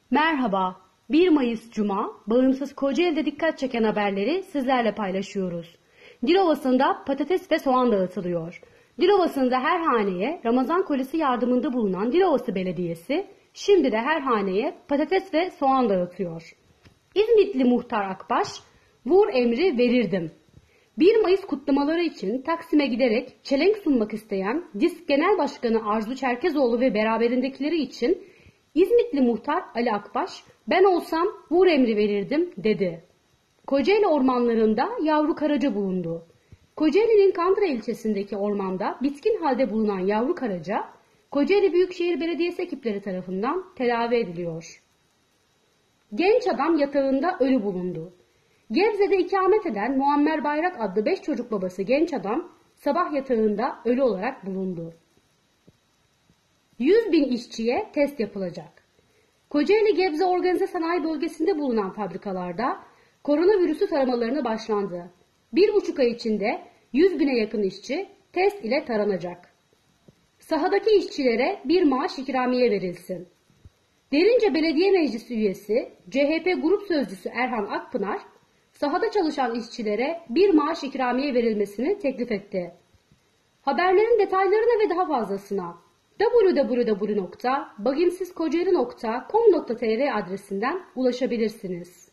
Merhaba, 1 Mayıs Cuma, bağımsız Kocaeli'de dikkat çeken haberleri sizlerle paylaşıyoruz. Dilovası'nda patates ve soğan dağıtılıyor. Dilovası'nda her haneye Ramazan kolisi yardımında bulunan Dilovası Belediyesi, şimdi de her haneye patates ve soğan dağıtıyor. İzmitli muhtar Akbaş, vur emri verirdim. 1 Mayıs kutlamaları için Taksim'e giderek çelenk sunmak isteyen DİSK Genel Başkanı Arzu Çerkezoğlu ve beraberindekileri için İzmitli muhtar Ali Akbaş, ben olsam vur emri verirdim dedi. Kocaeli ormanlarında yavru karaca bulundu. Kocaeli'nin Kandıra ilçesindeki ormanda bitkin halde bulunan yavru karaca, Kocaeli Büyükşehir Belediyesi ekipleri tarafından tedavi ediliyor. Genç adam yatağında ölü bulundu. Gebze'de ikamet eden Muammer Bayrak adlı 5 çocuk babası genç adam sabah yatağında ölü olarak bulundu. 100.000 işçiye test yapılacak. Kocaeli Gebze Organize Sanayi Bölgesi'nde bulunan fabrikalarda koronavirüsü taramalarına başlandı. 1,5 ay içinde 100.000'e yakın işçi test ile taranacak. Sahadaki işçilere bir maaş ikramiye verilsin. Derince Belediye Meclisi üyesi CHP Grup Sözcüsü Erhan Akpınar, sahada çalışan işçilere bir maaş ikramiye verilmesini teklif etti. Haberlerin detaylarına ve daha fazlasına www.bagimsizkocaeli.com.tr adresinden ulaşabilirsiniz.